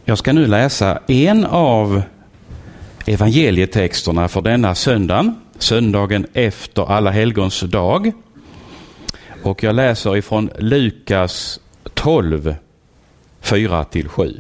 Jag ska nu läsa en av evangelietexterna för denna söndagen efter Alla helgons dag. Och jag läser ifrån Lukas 12, 4-7.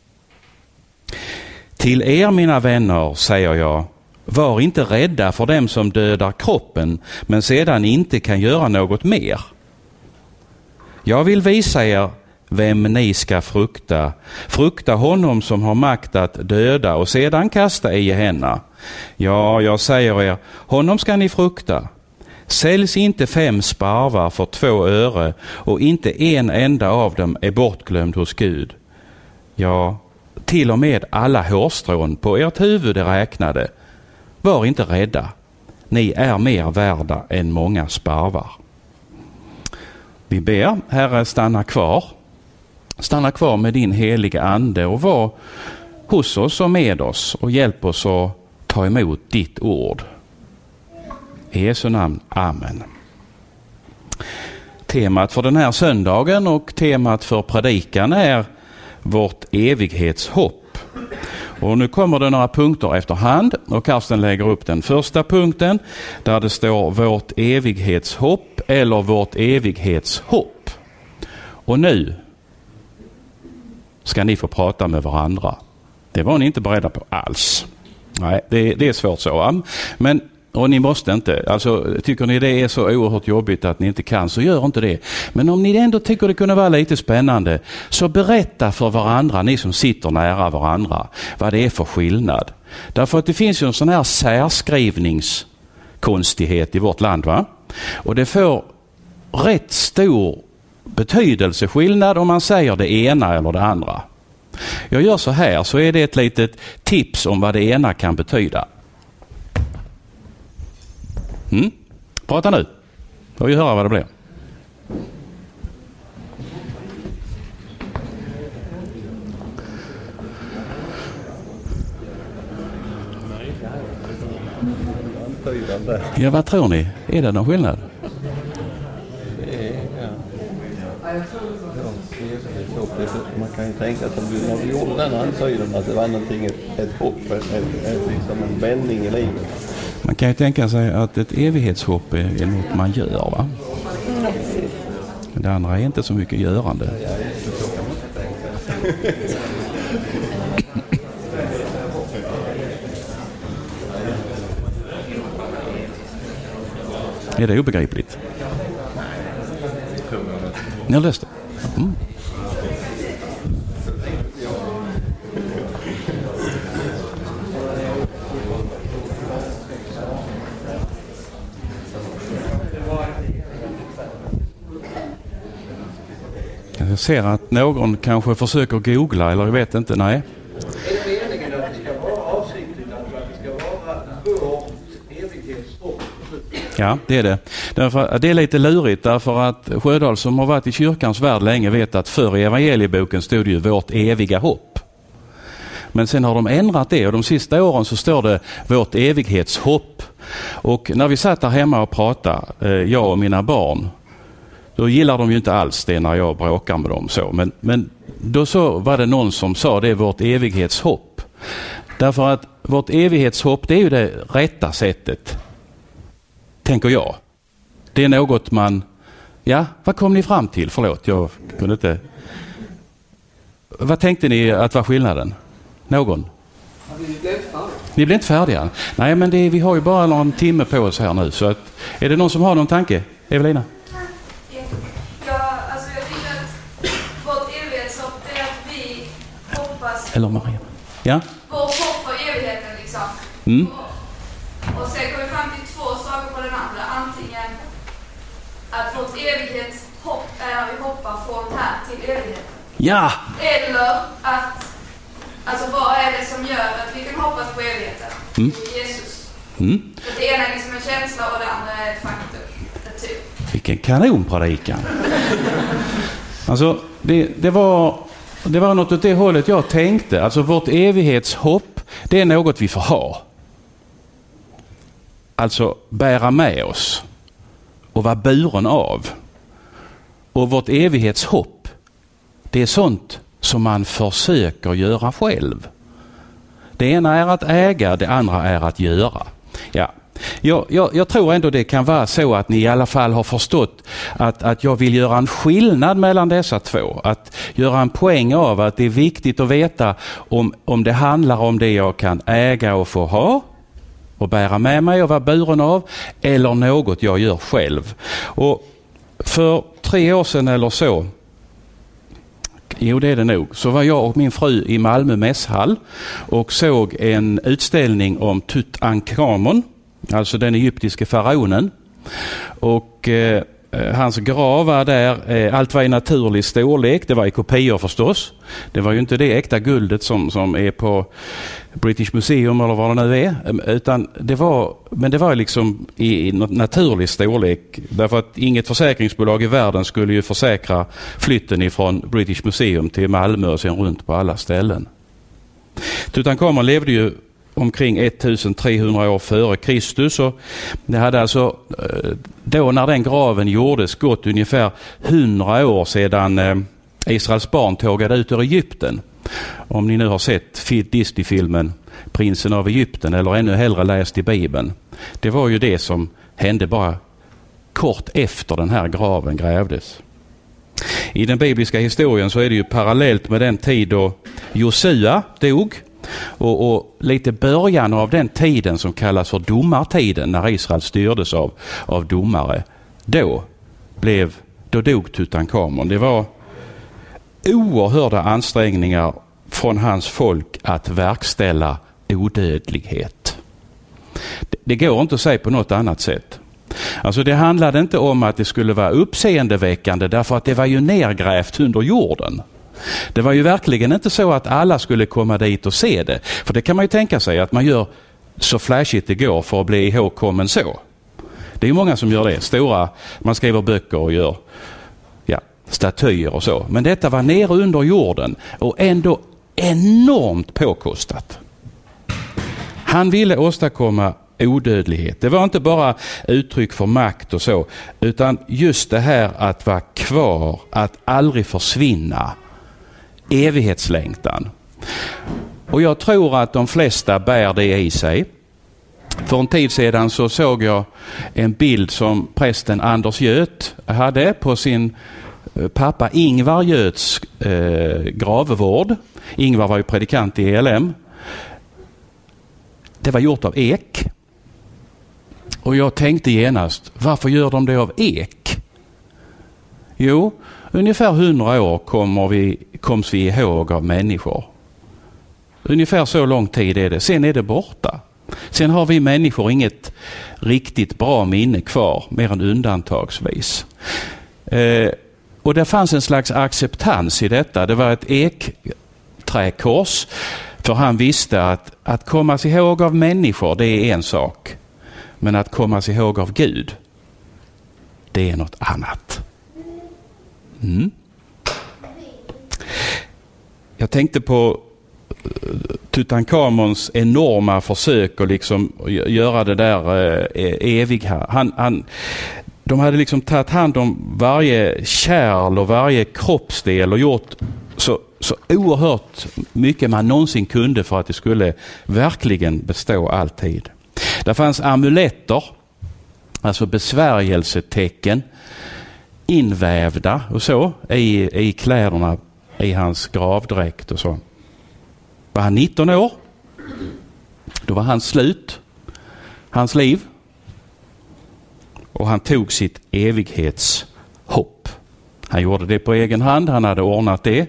Till er, mina vänner, säger jag, var inte rädda för dem som dödar kroppen men sedan inte kan göra något mer. Jag vill visa er vem ni ska frukta. Frukta honom som har makt att döda och sedan kasta i Gehenna. Ja, jag säger er, honom ska ni frukta. Säljs inte 5 sparvar för 2 öre och inte en enda av dem är bortglömd hos Gud. Ja, till och med alla hårstrån på ert huvud är räknade. Var inte rädda. Ni är mer värda än många sparvar. Vi ber, Herre, stanna kvar. Stanna kvar med din heliga ande och var hos oss och med oss och hjälp oss att ta emot ditt ord. I Jesu namn, amen. Temat för den här söndagen och temat för predikan är vårt evighetshopp. Och nu kommer det några punkter efterhand och Karsten lägger upp den första punkten där det står vårt evighetshopp eller vårt evighetshopp. Och nu ska ni få prata med varandra. Det var ni inte beredda på alls. Nej, det är svårt så. Men, och ni måste inte. Alltså, tycker ni det är så oerhört jobbigt att ni inte kan, så gör inte det. Men om ni ändå tycker det kunde vara lite spännande, så berätta för varandra, ni som sitter nära varandra, vad det är för skillnad. Därför att det finns ju en sån här särskrivningskonstighet i vårt land, va? Och det får rätt stor betydelseskillnad om man säger det ena eller det andra. Jag gör så här, så är det ett litet tips om vad det ena kan betyda. Prata nu. Får vi höra vad det blir. Ja, vad tror ni? Är det någon skillnad? Man kan ju tänka sig när vi gjorde den antydan att det var någonting, ett hopp, liksom en vändning i livet. Man kan ju tänka sig att ett evighetshopp är något man gör, va? Men det andra är inte så mycket görande. Är det obegripligt? Jag läste. Jag ser att någon kanske försöker googla, eller jag vet inte, nej. Är det meningen att det ska vara avsiktligt, att det ska vara vårt evighetshopp? Ja, det är det. Därför, det är lite lurigt därför att Sjödahl som har varit i kyrkans värld länge vet att förr i evangelieboken stod det ju vårt eviga hopp. Men sen har de ändrat det och de sista åren så står det vårt evighetshopp. Och när vi satt där hemma och pratade, jag och mina barn, då gillar de ju inte alls det när jag bråkar med dem så. Men då så var det någon som sa det är vårt evighetshopp. Därför att vårt evighetshopp, det är ju det rätta sättet. Tänker jag. Det är något man... Ja, vad kom ni fram till? Förlåt, jag kunde inte... Vad tänkte ni att var skillnaden? Någon? Ni blev inte färdiga. Nej, men vi har ju bara någon timme på oss här nu. Så att, är det någon som har någon tanke? Evelina? Eller Maria. Ja? Vår hopp för evigheten liksom. Och sen kommer vi fram till 2 saker på den andra. Antingen att vårt evighetshopp är att vi hoppar från här till evigheten. Ja! Eller att, alltså vad är det som gör att vi kan hoppas på evigheten? Jesus. Så det ena är liksom en känsla och det andra är ett faktum. Ett typ. Vilken kanonpredikan. Alltså, det var något åt det hållet jag tänkte. Alltså vårt evighetshopp, det är något vi får ha. Alltså bära med oss och vara buren av. Och vårt evighetshopp, det är sånt som man försöker göra själv. Det ena är att äga, det andra är att göra. Ja. Jag tror ändå det kan vara så att ni i alla fall har förstått att jag vill göra en skillnad mellan dessa två. Att göra en poäng av att det är viktigt att veta om det handlar om det jag kan äga och få ha och bära med mig och vara buren av, eller något jag gör själv. Och för 3 år sedan eller så, jo det är det nog, så var jag och min fru i Malmö mässhall och såg en utställning om Tutankhamon, alltså den egyptiske faraonen. Och hans grav var där, allt var i naturlig storlek, det var i kopior förstås. Det var ju inte det äkta guldet som är på British Museum eller vad det nu är, utan det var liksom i naturlig storlek, därför att inget försäkringsbolag i världen skulle ju försäkra flytten ifrån British Museum till Malmö och sen runt på alla ställen. Tutankhamon levde ju omkring 1300 år före Kristus, och det hade alltså då när den graven gjordes gått ungefär 100 år sedan Israels barn tågade ut ur Egypten. Om ni nu har sett Disney-filmen Prinsen av Egypten eller ännu hellre läst i Bibeln. Det var ju det som hände bara kort efter den här graven grävdes. I den bibliska historien så är det ju parallellt med den tid då Josua dog och lite början av den tiden som kallas för domartiden, när Israel styrdes av domare. Då dog Tutankhamon. Det var oerhörda ansträngningar från hans folk att verkställa odödlighet. Det går inte att säga på något annat sätt. Alltså det handlade inte om att det skulle vara uppseendeväckande, därför att det var ju nergrävt under jorden. Det var ju verkligen inte så att alla skulle komma dit och se det. För det kan man ju tänka sig att man gör så flashigt det går för att bli ihågkommen så. Det är ju många som gör det. Man skriver böcker och gör statyer och så. Men detta var nere under jorden och ändå enormt påkostat. Han ville åstadkomma odödlighet. Det var inte bara uttryck för makt och så, utan just det här att vara kvar, att aldrig försvinna. Evighetslängtan. Och jag tror att de flesta bär det i sig. För en tid sedan så såg jag en bild som prästen Anders Göth hade på sin pappa Ingvar Göths gravvård. Ingvar var ju predikant i ELM. Det var gjort av ek. Och jag tänkte genast, varför gör de det av ek? Jo, ungefär 100 år koms vi ihåg av människor. Ungefär så lång tid är det. Sen är det borta. Sen har vi människor inget riktigt bra minne kvar, mer än undantagsvis. Och det fanns en slags acceptans i detta. Det var ett ekträkors. För han visste att komma sig ihåg av människor, det är en sak. Men att komma sig ihåg av Gud, det är något annat. Jag tänkte på Tutankhamons enorma försök att liksom göra det där eviga. De hade liksom tagit hand om varje kärl och varje kroppsdel och gjort så oerhört mycket man någonsin kunde för att det skulle verkligen bestå alltid. Det fanns amuletter, alltså besvärjelsetecken, invävda och så i kläderna i hans gravdräkt och så. Var han 19 år, då var han slut, hans liv, och han tog sitt evighetshopp. Han gjorde det på egen hand, han hade ordnat det.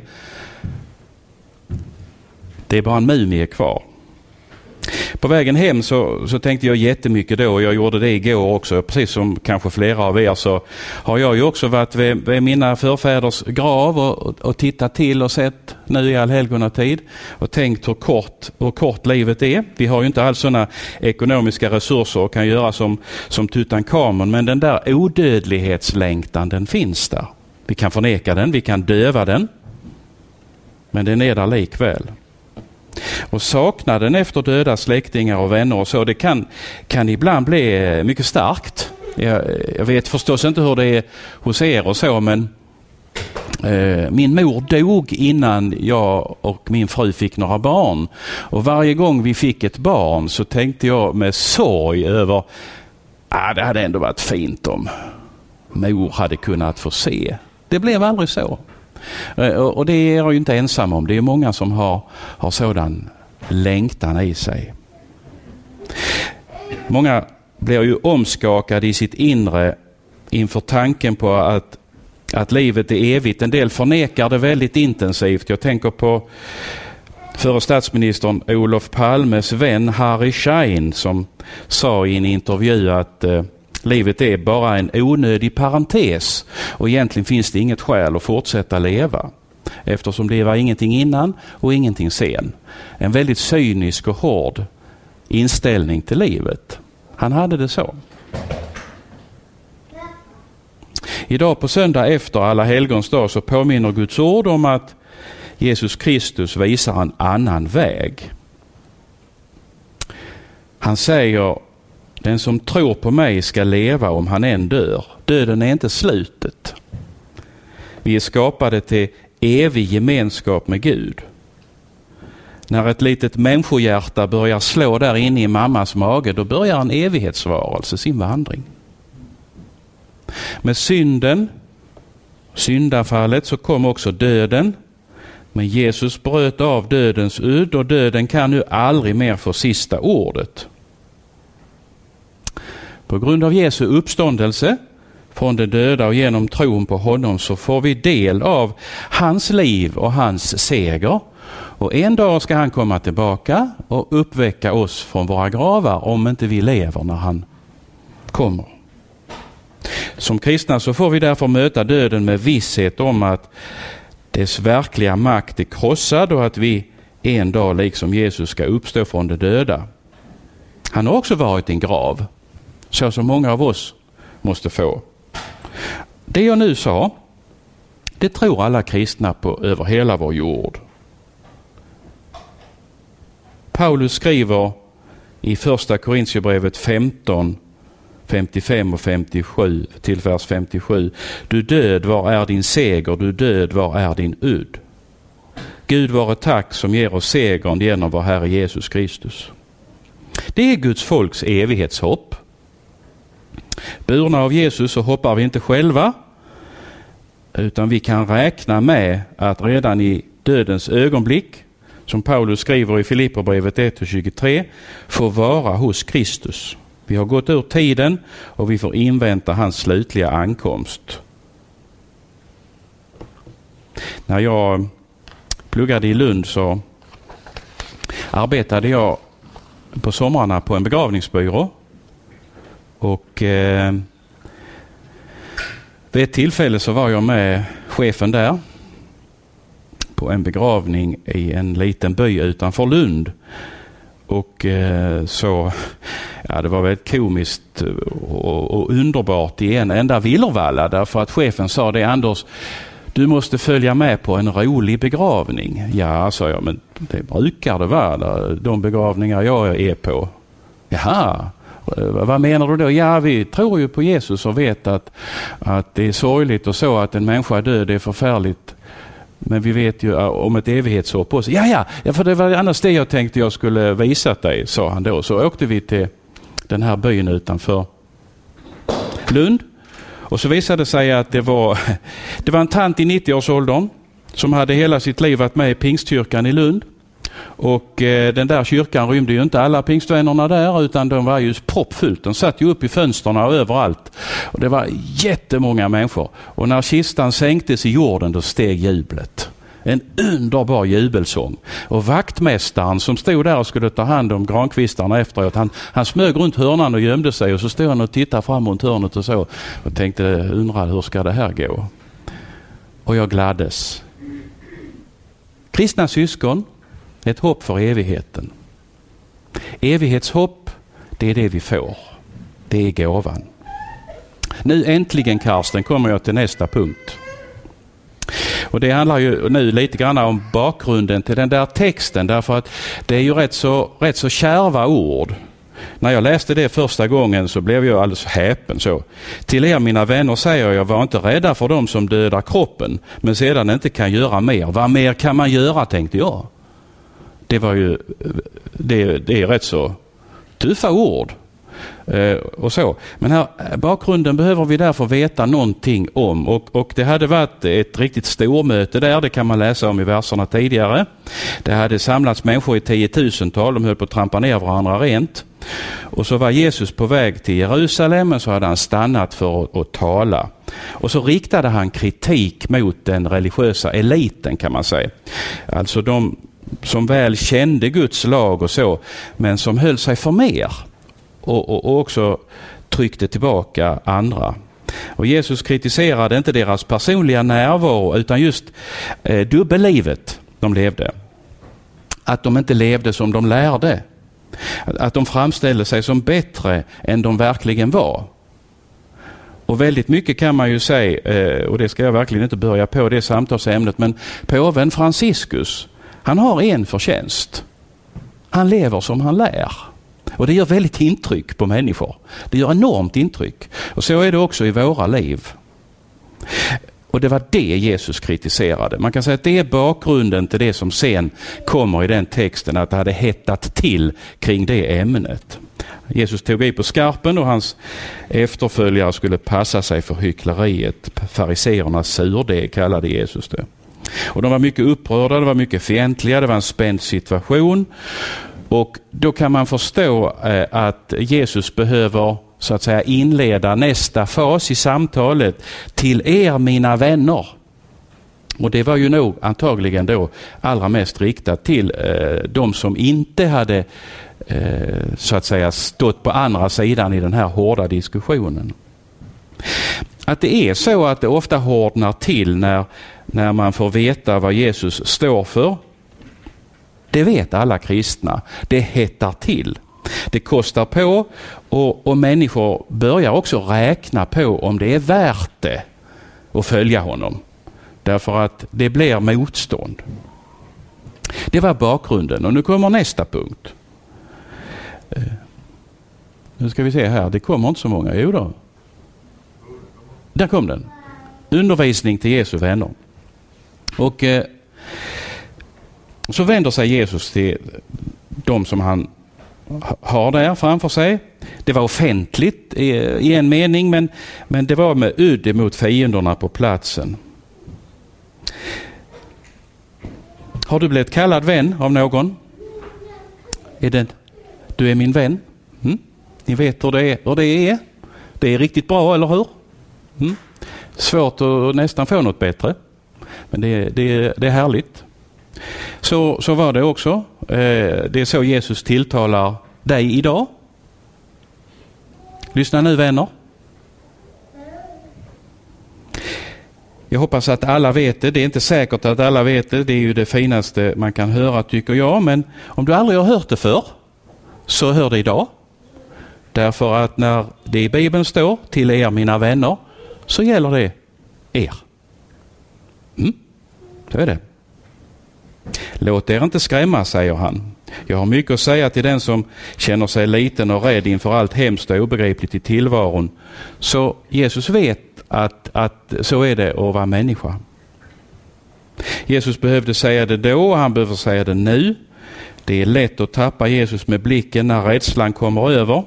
Det är bara en mumie kvar. På vägen hem så tänkte jag jättemycket då, och jag gjorde det igår också, precis som kanske flera av er, så har jag ju också varit vid mina förfäders grav och tittat till och sett nu i allhelgonatid och tänkt hur kort livet är. Vi har ju inte alls sådana ekonomiska resurser och kan göra som Tutankhamon, men den där odödlighetslängtan, den finns där. Vi kan förneka den, vi kan döva den, men den är där likväl. Och saknaden efter döda släktingar och vänner och så, det kan ibland bli mycket starkt. Jag vet förstås inte hur det är hos er och så, men Min mor dog innan jag och min fru fick några barn. Och varje gång vi fick ett barn så tänkte jag med sorg över det hade ändå varit fint om mor hade kunnat få se. Det blev aldrig så. Och det är jag ju inte ensam om. Det är många som har sådan längtan i sig. Många blir ju omskakade i sitt inre inför tanken på att livet är evigt. En del förnekar det väldigt intensivt. Jag tänker på förre statsministern Olof Palmes vän Harry Schein som sa i en intervju att livet är bara en onödig parentes och egentligen finns det inget skäl att fortsätta leva eftersom det var ingenting innan och ingenting sen. En väldigt cynisk och hård inställning till livet. Han hade det så. Idag på söndag efter alla helgons dag så påminner Guds ord om att Jesus Kristus visar en annan väg. Han säger: den som tror på mig ska leva om han än dör. Döden är inte slutet. Vi är skapade till evig gemenskap med Gud. När ett litet människohjärta börjar slå där inne i mammas mage, då börjar en evighetsvarelse sin vandring. Med syndafallet så kom också döden. Men Jesus bröt av dödens udd och döden kan nu aldrig mer få sista ordet. På grund av Jesu uppståndelse från de döda och genom tron på honom så får vi del av hans liv och hans seger. Och en dag ska han komma tillbaka och uppväcka oss från våra gravar om inte vi lever när han kommer. Som kristna så får vi därför möta döden med visshet om att dess verkliga makt är krossad och att vi en dag liksom Jesus ska uppstå från de döda. Han har också varit i en grav, så som många av oss måste få. Det jag nu sa, det tror alla kristna på över hela vår jord. Paulus skriver i första Korintierbrevet 15, 55 och 57 till vers 57. Du död, var är din seger? Du död, var är din udd? Gud vare tack som ger oss segern genom vår Herre Jesus Kristus. Det är Guds folks evighetshopp. Burna av Jesus så hoppar vi inte själva, utan vi kan räkna med att redan i dödens ögonblick, som Paulus skriver i Filipperbrevet 1-23, få vara hos Kristus. Vi har gått ur tiden och vi får invänta hans slutliga ankomst. När jag pluggade i Lund så arbetade jag på somrarna på en begravningsbyrå. Och vid ett tillfälle så var jag med chefen där på en begravning i en liten by utanför Lund. Och det var väldigt komiskt och underbart i en enda villervalla, därför att chefen sa det: Anders, du måste följa med på en rolig begravning. Ja, sa jag, men det brukar det vara de begravningar jag är på. Jaha, vad menar du då? Ja, vi tror ju på Jesus och vet att det är sorgligt och så, att en människa är död, det är förfärligt. Men vi vet ju om ett evighetshopp också. Ja, för det var annars det jag tänkte jag skulle visa dig, sa han då. Så åkte vi till den här byn utanför Lund. Och så visade det sig att det var en tant i 90-årsåldern som hade hela sitt liv varit med i Pingstkyrkan i Lund. Och den där kyrkan rymde ju inte alla pingstvännerna där, utan de var ju proppfullt. De satt ju upp i fönsterna och överallt. Och det var jättemånga människor. Och när kistan sänktes i jorden, då steg jublet. En underbar jubelsång. Och vaktmästaren som stod där och skulle ta hand om grankvistarna efteråt, han smög runt hörnan och gömde sig. Och så stod han och tittade fram mot hörnet och så. Och tänkte, undrade hur ska det här gå? Och jag gladdes. Kristna syskon, ett hopp för evigheten. Evighetshopp, det är det vi får. Det är gåvan. Nu äntligen, Karsten, kommer jag till nästa punkt. Och det handlar ju nu lite grann om bakgrunden till den där texten, därför att det är ju rätt så kärva ord. När jag läste det första gången så blev jag alldeles häpen. Så. Till er mina vänner säger jag, var inte rädda för dem som dödar kroppen, men sedan inte kan göra mer. Vad mer kan man göra, tänkte jag. Det var ju, det är rätt så tuffa ord. Och så. Men här bakgrunden behöver vi därför veta någonting om, och det hade varit ett riktigt stormöte där, det kan man läsa om i verserna tidigare. Det hade samlats människor i 10 000-tal, de höll på att trampa ner varandra rent, och så var Jesus på väg till Jerusalem, men så hade han stannat för att tala, och så riktade han kritik mot den religiösa eliten, kan man säga, alltså de som väl kände Guds lag och så, men som höll sig för mer och också tryckte tillbaka andra. Och Jesus kritiserade inte deras personliga närvaro, utan just dubbellivet de levde. Att de inte levde som de lärde. Att de framställde sig som bättre än de verkligen var. Och väldigt mycket kan man ju säga, och det ska jag verkligen inte börja på det samtalsämnet, men påven Franciscus, han har en förtjänst. Han lever som han lär. Och det gör väldigt intryck på människor. Det gör enormt intryck. Och så är det också i våra liv. Och det var det Jesus kritiserade. Man kan säga att det är bakgrunden till det som sen kommer i den texten, att det hade hettat till kring det ämnet. Jesus tog i på skarpen, och hans efterföljare skulle passa sig för hyckleriet. Fariseernas surdeg kallade Jesus det. Och de var mycket upprörda, de var mycket fientliga, det var en spänd situation. Och då kan man förstå att Jesus behöver, så att säga, inleda nästa fas i samtalet. Till er mina vänner. Och det var ju nog antagligen då allra mest riktat till de som inte hade så att säga stått på andra sidan i den här hårda diskussionen. Att det är så att det ofta hårdnar till när man får veta vad Jesus står för. Det vet alla kristna. Det hettar till. Det kostar på, och människor börjar också räkna på om det är värt det att följa honom. Därför att det blir motstånd. Det var bakgrunden, och nu kommer nästa punkt. Nu ska vi se här, det kommer inte så många. Jo då. Där kom den. Undervisning till Jesu vänner. Och så vänder sig Jesus till de som han har där framför sig. Det var offentligt i en mening, men det var med udd mot fienderna på platsen. Har du blivit kallad vän av någon? Du är min vän. Ni vet hur det är. Det är riktigt bra, eller hur? Svårt att nästan få något bättre. Men det är härligt. Så var det också. Det är så Jesus tilltalar dig idag. Lyssna nu, vänner. Jag hoppas att alla vet det. Det är inte säkert att alla vet det. Det är ju det finaste man kan höra, tycker jag. Men om du aldrig har hört det förr, så hör det idag. Därför att när det i Bibeln står till er mina vänner, så gäller det er. Så är det. Låt er inte skrämma, säger han. Jag har mycket att säga till den som känner sig liten och rädd inför allt hemskt och obegripligt i tillvaron. Så Jesus vet att så är det att vara människa. Jesus behövde säga det då, och han behöver säga det nu. Det är lätt att tappa Jesus med blicken när rädslan kommer över.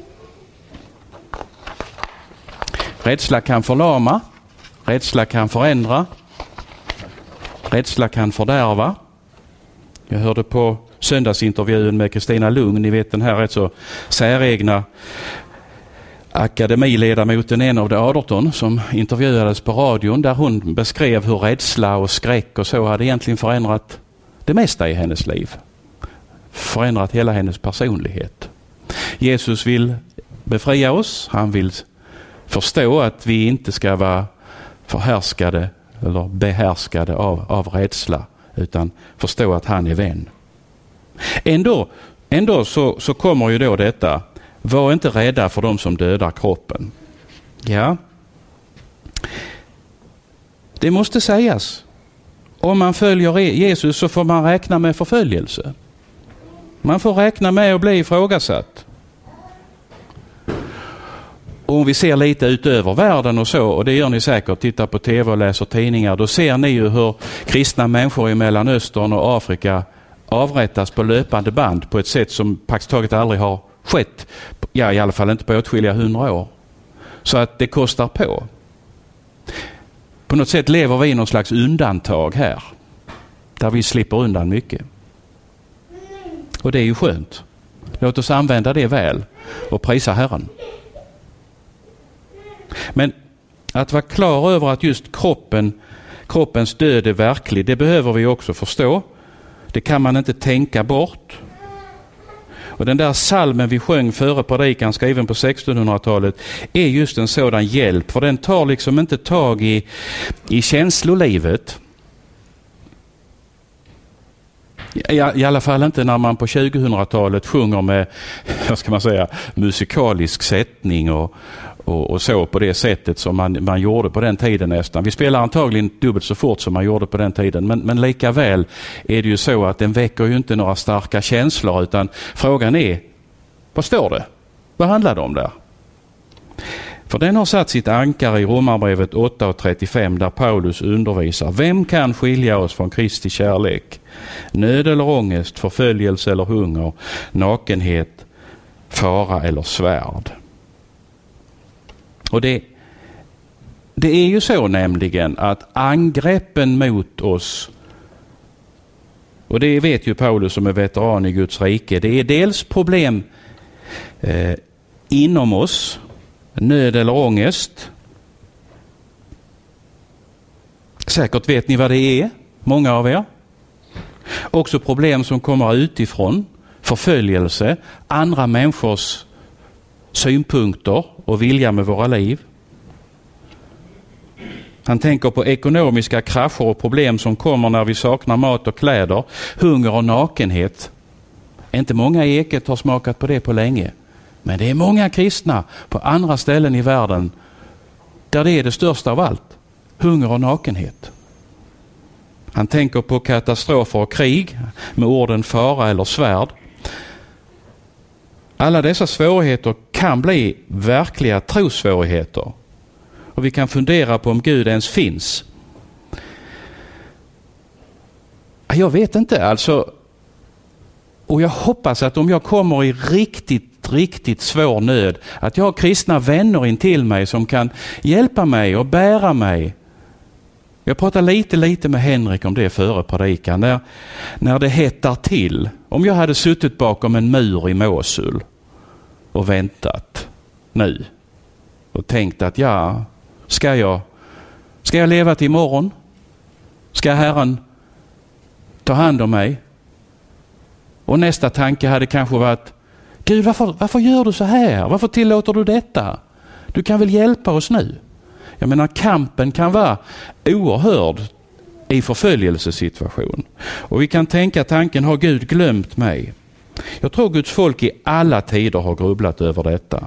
Rädsla kan förlama. Rädsla kan förändra. Rädsla kan fördärva. Jag hörde på söndagsintervjun med Kristina Lugn, ni vet den här rätt så säregna akademiledamoten, en av de 18 som intervjuades på radion, där hon beskrev hur rädsla och skräck och så hade egentligen förändrat det mesta i hennes liv. Förändrat hela hennes personlighet. Jesus vill befria oss. Han vill förstå att vi inte ska vara förhärskade eller behärskade av rädsla, utan förstå att han är vän. Ändå så kommer ju då detta: var inte rädda för dem som dödar kroppen. Ja, det måste sägas. Om man följer Jesus så får man räkna med förföljelse. Man får räkna med att bli ifrågasatt Och om vi ser lite utöver världen och så, och det gör ni säkert, tittar på tv och läser tidningar, då ser ni ju hur kristna människor i Mellanöstern och Afrika avrättas på löpande band på ett sätt som praktiskt taget aldrig har skett. Ja, i alla fall inte på åtskilliga 100 år. Så att det kostar på. På något sätt lever vi i någon slags undantag här. Där vi slipper undan mycket. Och det är ju skönt. Låt oss använda det väl och prisa Herren. Men att vara klar över att just kroppens död är verklig, det behöver vi också förstå. Det kan man inte tänka bort. Och den där salmen vi sjöng före predikan, skriven på 1600-talet, är just en sådan hjälp. För den tar liksom inte tag i känslolivet. I alla fall inte när man på 2000-talet sjunger med, vad ska man säga, musikalisk sättning och så på det sättet som man gjorde på den tiden nästan. Vi spelar antagligen dubbelt så fort som man gjorde på den tiden. Men lika väl är det ju så att den väcker ju inte några starka känslor, utan frågan är, vad står det? Vad handlar det om där? För den har satt sitt ankare i Romarbrevet 8:35 där Paulus undervisar: vem kan skilja oss från Kristi kärlek? Nöd eller ångest, förföljelse eller hunger, nakenhet, fara eller svärd. Och det är ju så nämligen att angreppen mot oss, och det vet ju Paulus som är veteran i Guds rike, det är dels problem inom oss, nöd eller ångest. Säkert vet ni vad det är, många av er. Också problem som kommer utifrån, förföljelse, andra människors synpunkter och vilja med våra liv. Han tänker på ekonomiska krascher och problem som kommer när vi saknar mat och kläder, hunger och nakenhet. Inte många i Eket har smakat på det på länge. Men det är många kristna på andra ställen i världen där det är det största av allt. Hunger och nakenhet. Han tänker på katastrofer och krig med orden fara eller svärd. Alla dessa svårigheter kan bli verkliga trossvårigheter. Och vi kan fundera på om Gud ens finns. Jag vet inte, alltså. Och jag hoppas att om jag kommer i riktigt svår nöd, att jag har kristna vänner in till mig som kan hjälpa mig och bära mig. Jag pratade lite med Henrik om det före predikan. När det hettar till. Om jag hade suttit bakom en mur i Mosul och väntat nu och tänkt att ska jag leva till imorgon? Ska Herren ta hand om mig? Och nästa tanke hade kanske varit: Gud, varför gör du så här? Varför tillåter du detta? Du kan väl hjälpa oss nu? Jag menar, kampen kan vara oerhörd i förföljelsesituation. Och vi kan tänka tanken: har Gud glömt mig? Jag tror Guds folk i alla tider har grubblat över detta.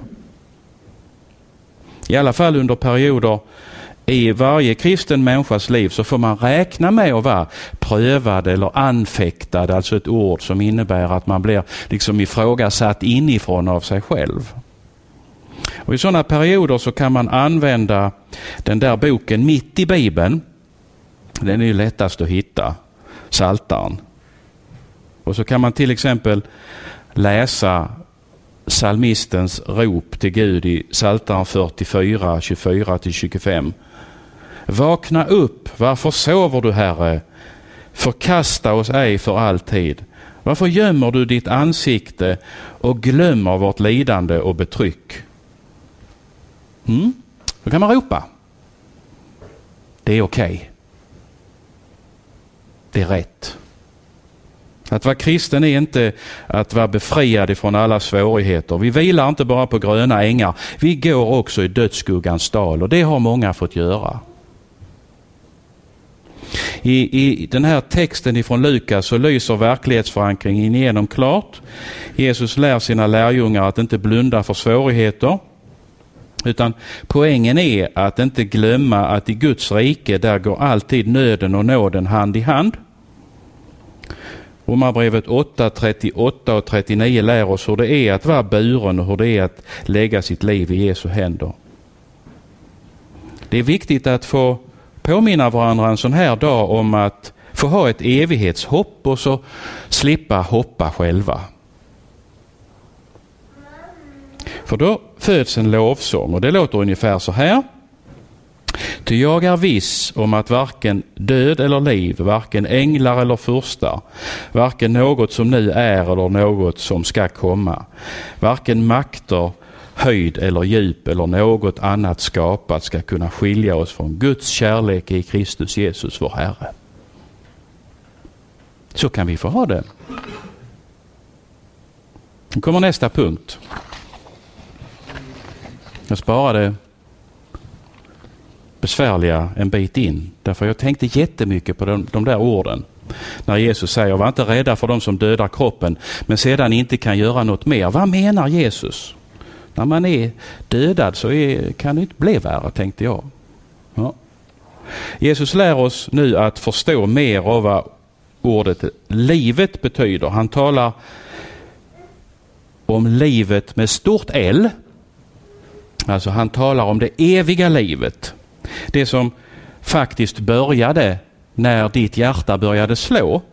I alla fall under perioder i varje kristen människas liv så får man räkna med att vara prövad eller anfäktad, alltså ett ord som innebär att man blir liksom ifrågasatt inifrån av sig själv. Och i sådana perioder så kan man använda den där boken mitt i Bibeln. Den är ju lättast att hitta, Psaltaren. Och så kan man till exempel läsa psalmistens rop till Gud i Psaltaren 44, 24-25. Vakna upp, varför sover du, Herre? Förkasta oss ej för alltid. Varför gömmer du ditt ansikte och glömmer vårt lidande och betryck? Då kan man ropa. Det är okej. Det är rätt. Att vara kristen är inte att vara befriad från alla svårigheter. Vi vilar inte bara på gröna ängar. Vi går också i dödsskuggans dal, och det har många fått göra. I den här texten ifrån Lukas så lyser verklighetsförankringen igenom klart. Jesus lär sina lärjungar att inte blunda för svårigheter. Utan poängen är att inte glömma att i Guds rike där går alltid nöden och nåden hand i hand. Romarbrevet 8:38 och 39 lär oss hur det är att vara buren och hur det är att lägga sitt liv i Jesu händer. Det är viktigt att få påminna varandra en sån här dag om att få ha ett evighetshopp och så slippa hoppa själva. För då föds en lovsång och det låter ungefär så här. Ty jag är viss om att varken död eller liv, varken änglar eller furstar, varken något som nu är eller något som ska komma, varken makter, höjd eller djup eller något annat skapat ska kunna skilja oss från Guds kärlek i Kristus Jesus vår Herre. Så kan vi få ha det. Nu kommer nästa punkt. Jag sparade besvärliga en bit in. Därför jag tänkte jättemycket på de där orden. När Jesus säger, var inte rädda för de som dödar kroppen men sedan inte kan göra något mer. Vad menar Jesus? När man är dödad så kan det inte bli värre, tänkte jag. Ja. Jesus lär oss nu att förstå mer av vad ordet livet betyder. Han talar om livet med stort L. Alltså han talar om det eviga livet. Det som faktiskt började när ditt hjärta började slå.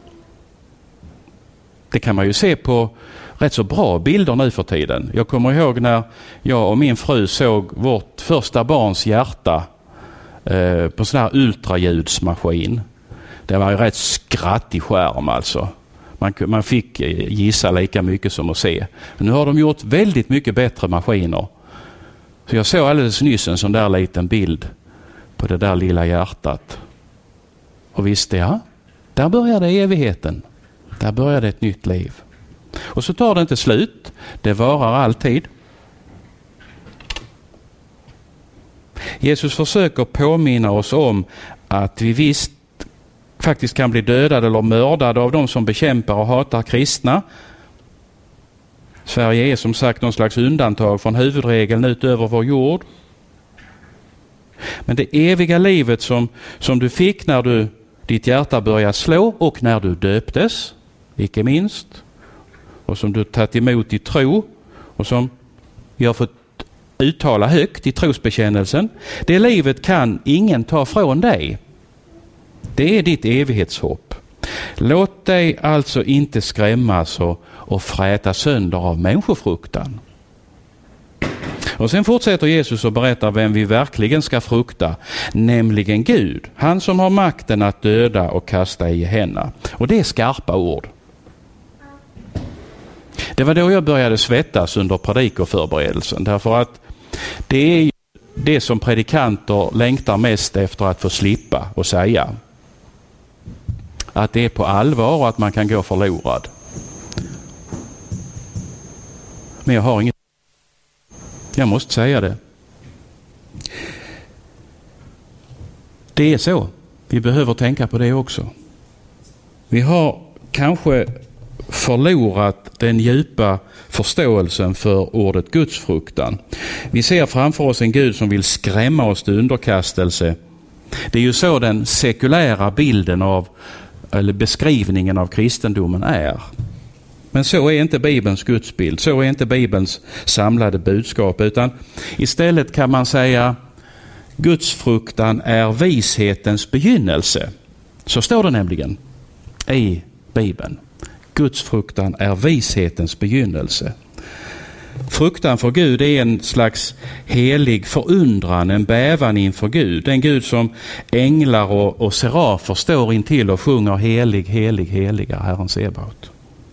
Det kan man ju se på rätt så bra bilder nu för tiden. Jag kommer ihåg när jag och min fru såg vårt första barns hjärta på sån här ultraljudsmaskin. Det var ju rätt skrattig skärm alltså. Man fick gissa lika mycket som att se. Men nu har de gjort väldigt mycket bättre maskiner. Så jag såg alldeles nyss en sån där liten bild på det där lilla hjärtat. Och visste jag, där började evigheten. Där började ett nytt liv. Och så tar det inte slut. Det varar alltid. Jesus försöker påminna oss om att vi visst faktiskt kan bli dödade eller mördade av de som bekämpar och hatar kristna. Sverige är som sagt någon slags undantag från huvudregeln utöver vår jord. Men det eviga livet som du fick när ditt hjärta började slå och när du döptes, icke minst, och som du tagit emot i tro och som vi har fått uttala högt i trosbekännelsen, det livet kan ingen ta från dig. Det är ditt evighetshopp. Låt dig alltså inte skrämmas och fräta sönder av människofruktan. Och sen fortsätter Jesus att berätta vem vi verkligen ska frukta, nämligen Gud. Han som har makten att döda och kasta i Gehenna. Och det är skarpa ord. Det var då jag började svettas under predikoförberedelsen. Därför att det är ju det som predikanter längtar mest efter att få slippa och säga. Att det är på allvar och att man kan gå förlorad. Men jag har inget. Jag måste säga det. Det är så. Vi behöver tänka på det också. Vi har kanske förlorat den djupa förståelsen för ordet gudsfruktan. Vi ser framför oss en Gud som vill skrämma oss till underkastelse. Det är ju så den sekulära bilden eller beskrivningen av kristendomen är. Men så är inte Bibelns gudsbild, så är inte Bibelns samlade budskap, utan istället kan man säga gudsfruktan är vishetens begynnelse. Så står det nämligen i Bibeln. Gudsfruktan är vishetens begynnelse. Fruktan för Gud är en slags helig förundran, en bävan inför Gud. En Gud som änglar och serafer står intill och sjunger helig, helig, heliga Herren Sebaot.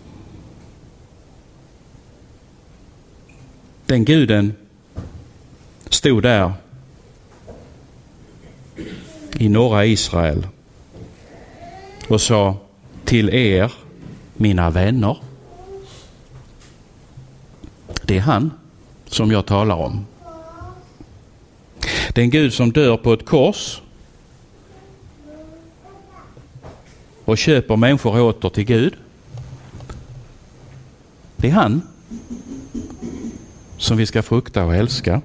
Den guden stod där i norra Israel och sa till er, mina vänner. Det är han som jag talar om. Den Gud som dör på ett kors och köper människor åter till Gud. Det är han som vi ska frukta och älska.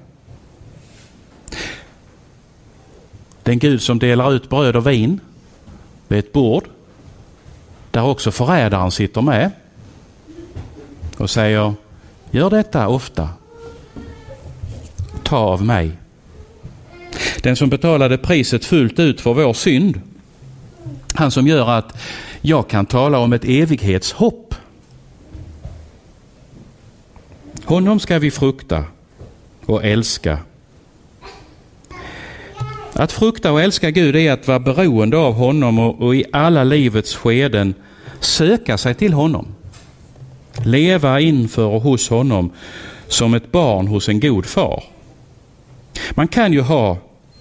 Den Gud som delar ut bröd och vin vid ett bord där också förrädaren sitter med och säger: gör detta ofta. Ta av mig. Den som betalade priset fullt ut för vår synd. Han som gör att jag kan tala om ett evighetshopp. Honom ska vi frukta och älska. Att frukta och älska Gud är att vara beroende av honom och i alla livets skeden söka sig till honom. Leva inför och hos honom som ett barn hos en god far. Man kan ju ha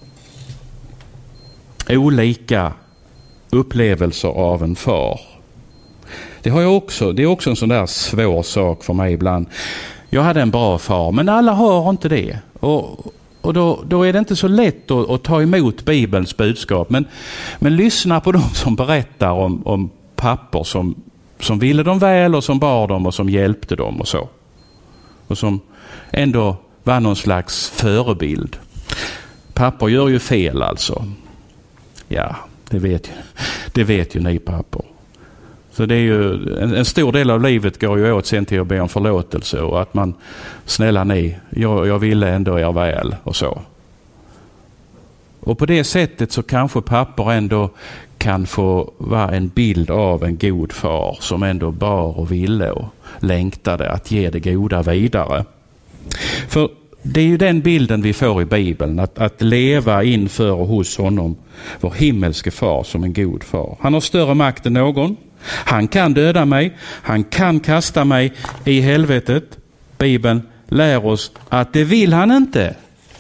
olika upplevelser av en far. Det har jag också. Det är också en sån där svår sak för mig ibland. Jag hade en bra far, men alla har inte det. Och då är det inte så lätt att ta emot Bibelns budskap. Men lyssna på dem som berättar om pappor som ville dem väl och som bar dem och som hjälpte dem och så. Och som ändå var någon slags förebild. Pappor gör ju fel alltså. Ja, det vet ju ni pappor. Så det är ju en stor del av livet går ju åt sen till att be om förlåtelse och att man, snälla ni, jag ville ändå er väl och så. Och på det sättet så kanske pappor ändå kan få vara en bild av en god far som ändå bar och ville och längtade att ge det goda vidare. För det är ju den bilden vi får i Bibeln, att leva inför och hos honom, vår himmelske far, som en god far. Han har större makt än någon. Han kan döda mig. Han kan kasta mig i helvetet. Bibeln lär oss att det vill han inte.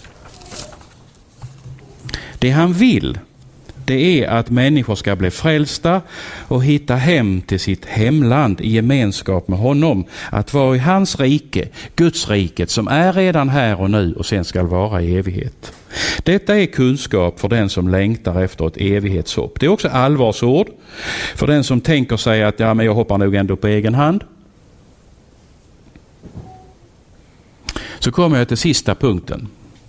Det han vill, det är att människor ska bli frälsta och hitta hem till sitt hemland i gemenskap med honom. Att vara i hans rike, Guds riket, som är redan här och nu och sen ska vara i evighet. Detta är kunskap för den som längtar efter ett evighetshopp. Det är också allvarsord för den som tänker sig att men jag hoppar nog ändå på egen hand. Så kommer jag till sista punkten.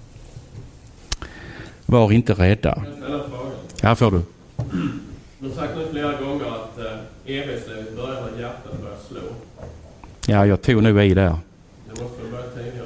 Var inte rädda. Här får du. Du har sagt nu flera gånger att evighetslivet börjar när hjärtat börjar slå. Ja, jag tog nu i där. Det måste börja tidigare.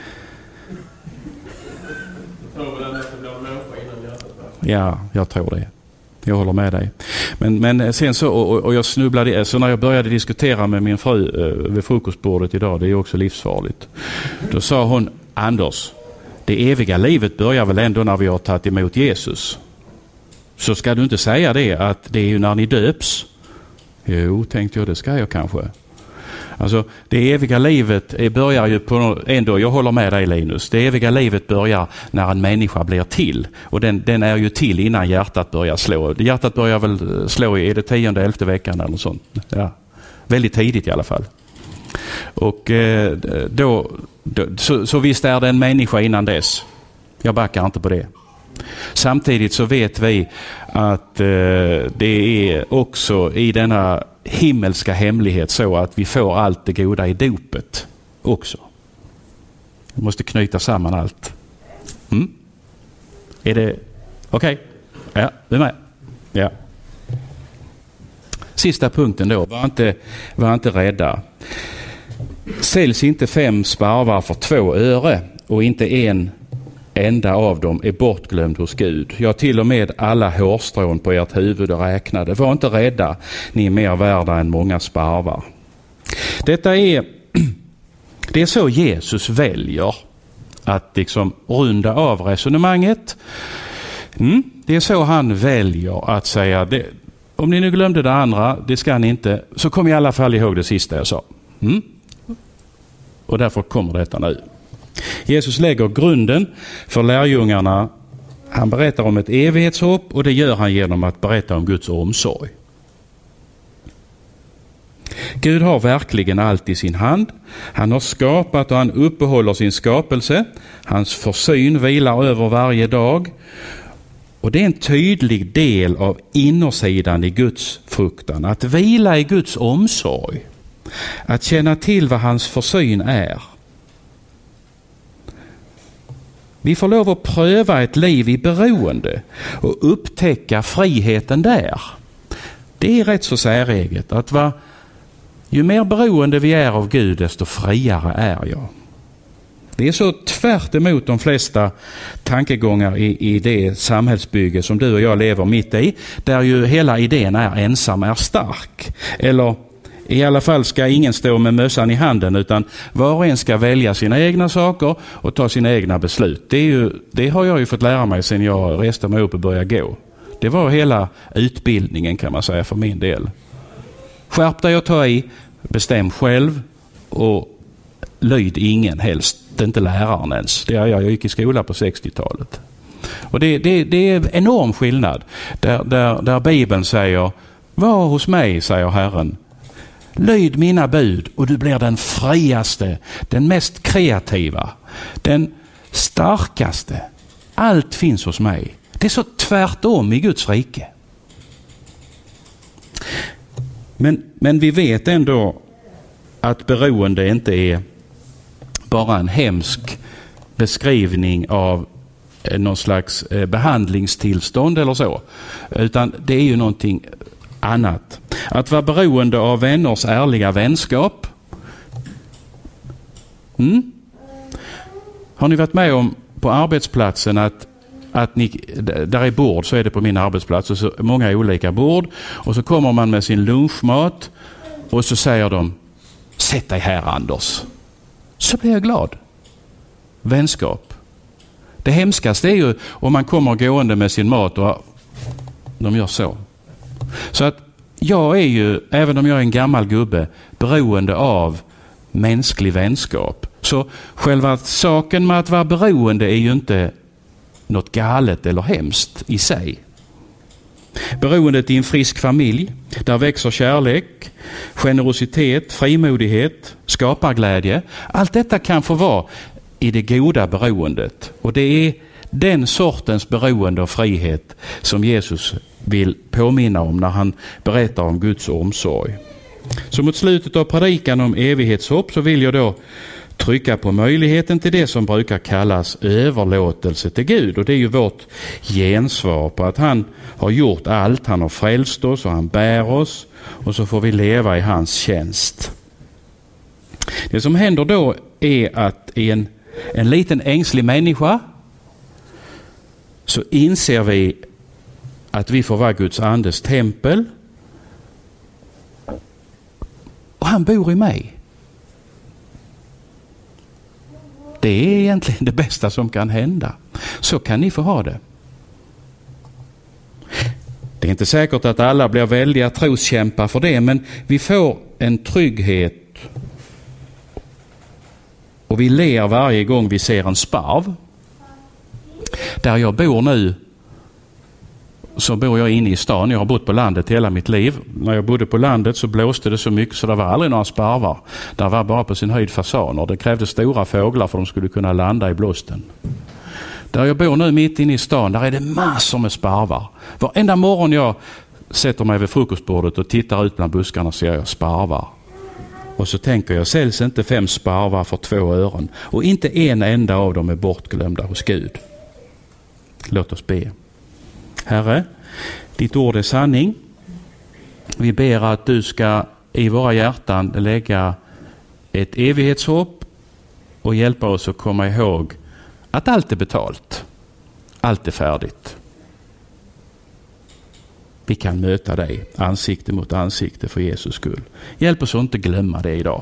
Du tror väl att det blir människa innan hjärtat börjar? Ja, jag tror det. Jag håller med dig. Men sen så, och jag snubblade, så när jag började diskutera med min fru vid frukostbordet idag, det är också livsfarligt. Då sa hon: Anders, det eviga livet börjar väl ändå när vi har tagit emot Jesus. Så ska du inte säga det, att det är ju när ni döps. Jo, tänkte jag, det ska jag kanske. Alltså, det eviga livet börjar ju på ändå, jag håller med dig Linus, det eviga livet börjar när en människa blir till. Och den är ju till innan hjärtat börjar slå. Hjärtat börjar väl slå i det 10:e, 11:e veckan eller något sånt. Ja, väldigt tidigt i alla fall. Och så visst är det en människa innan dess. Jag backar inte på det. Samtidigt så vet vi att det är också i denna himmelska hemlighet så att vi får allt det goda i dopet också. Vi måste knyta samman allt. Är det okej? Ja, du är med. Ja. Sista punkten då. Var inte rädda. Säljs inte 5 sparvar för 2 öre och inte en enda av dem är bortglömd hos Gud. Ja, till och med alla hårstrån på ert huvud är räknade. Var inte rädda, ni är mer värda än många sparvar. Det är så Jesus väljer att liksom runda av resonemanget. Det är så han väljer att säga, om ni nu glömde det andra, det ska ni inte, så kom i alla fall ihåg det sista jag sa. Och därför kommer detta nu. Jesus lägger grunden för lärjungarna. Han berättar om ett evighetshopp och det gör han genom att berätta om Guds omsorg. Gud har verkligen allt i sin hand. Han har skapat och han uppehåller sin skapelse. Hans försyn vilar över varje dag. Och det är en tydlig del av innersidan i Guds fruktan. Att vila i Guds omsorg. Att känna till vad hans försyn är. Vi får lov att pröva ett liv i beroende och upptäcka friheten där. Det är rätt så säreget att ju mer beroende vi är av Gud, desto friare är jag. Det är så tvärt emot de flesta tankegångar i det samhällsbygge som du och jag lever mitt i, där ju hela idén är ensam är stark. Eller i alla fall ska ingen stå med mössan i handen, utan var och en ska välja sina egna saker och ta sina egna beslut. Det har jag ju fått lära mig sedan jag reste mig upp och började gå. Det var hela utbildningen, kan man säga, för min del. Skärp dig och ta i, bestäm själv och lyd ingen, helst inte läraren ens. Jag gick i skola på 60-talet. Och det är enorm skillnad där Bibeln säger: var hos mig, säger Herren. Lyd mina bud och du blir den friaste, den mest kreativa, den starkaste. Allt finns hos mig. Det är så tvärtom i Guds rike. Men vi vet ändå att beroende inte är bara en hemsk beskrivning av någon slags behandlingstillstånd eller så. Utan det är ju någonting annat. Att vara beroende av vänners ärliga vänskap. Har ni varit med om på arbetsplatsen att där är bord, så är det på min arbetsplats, och så många olika bord, och så kommer man med sin lunchmat och så säger de: sätt dig här, Anders. Så blir jag glad. Vänskap. Det hemskaste är ju om man kommer gående med sin mat och de gör så. Så att jag är ju, även om jag är en gammal gubbe, beroende av mänsklig vänskap. Så själva saken med att vara beroende är ju inte något galet eller hemskt i sig. Beroendet i en frisk familj, där växer kärlek, generositet, frimodighet, skaparglädje. Allt detta kan få vara i det goda beroendet. Och det är den sortens beroende och frihet som Jesus vill påminna om när han berättar om Guds omsorg. Så mot slutet av predikan om evighetshopp så vill jag då trycka på möjligheten till det som brukar kallas överlåtelse till Gud. Och det är ju vårt gensvar på att han har gjort allt. Han har frälst oss och han bär oss, och så får vi leva i hans tjänst. Det som händer då är att i en liten ängslig människa så inser vi att vi får vara Guds andes tempel. Och han bor i mig. Det är egentligen det bästa som kan hända. Så kan ni få ha det. Det är inte säkert att alla blir väldiga troskämpar för det, men vi får en trygghet. Och vi ler varje gång vi ser en sparv. Där jag bor nu så bor jag inne i stan. Jag har bott på landet hela mitt liv. När jag bodde på landet så blåste det så mycket så det var aldrig några sparvar. Där var bara på sin höjd fasaner. Det krävdes stora fåglar för att de skulle kunna landa i blåsten. Där jag bor nu mitt inne i stan, där är det massor med sparvar. Varenda morgon jag sätter mig vid frukostbordet och tittar ut bland buskarna ser jag sparvar. Och så tänker jag, säljs inte 5 sparvar för 2 ören. Och inte en enda av dem är bortglömda hos Gud. Låt oss be. Herre, ditt ord är sanning. Vi ber att du ska i våra hjärtan lägga ett evighetshopp och hjälpa oss att komma ihåg att allt är betalt. Allt är färdigt. Vi kan möta dig ansikte mot ansikte för Jesus skull. Hjälp oss att inte glömma det idag.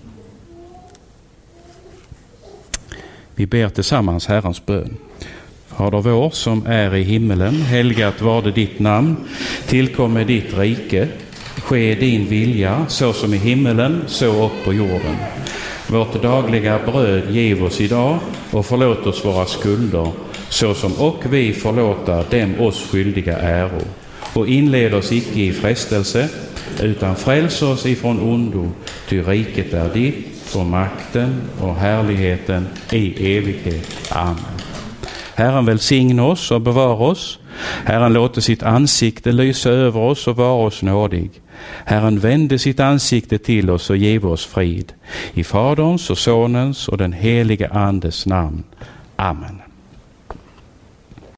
Vi ber tillsammans Herrens bön. Fader vår som är i himmelen, helgat varde ditt namn, tillkommer ditt rike, ske din vilja så som i himmelen så upp på jorden. Vårt dagliga bröd giv oss idag och förlåt oss våra skulder så som och vi förlåta dem oss skyldiga äro. Och inled oss icke i frestelse utan fräls oss ifrån ondo, ty riket är ditt och makten och härligheten i evighet. Amen. Herren välsigna oss och bevara oss. Herren låter sitt ansikte lysa över oss och vara oss nådig. Herren vände sitt ansikte till oss och give oss frid. I Faderns och Sonens och den helige Andes namn. Amen.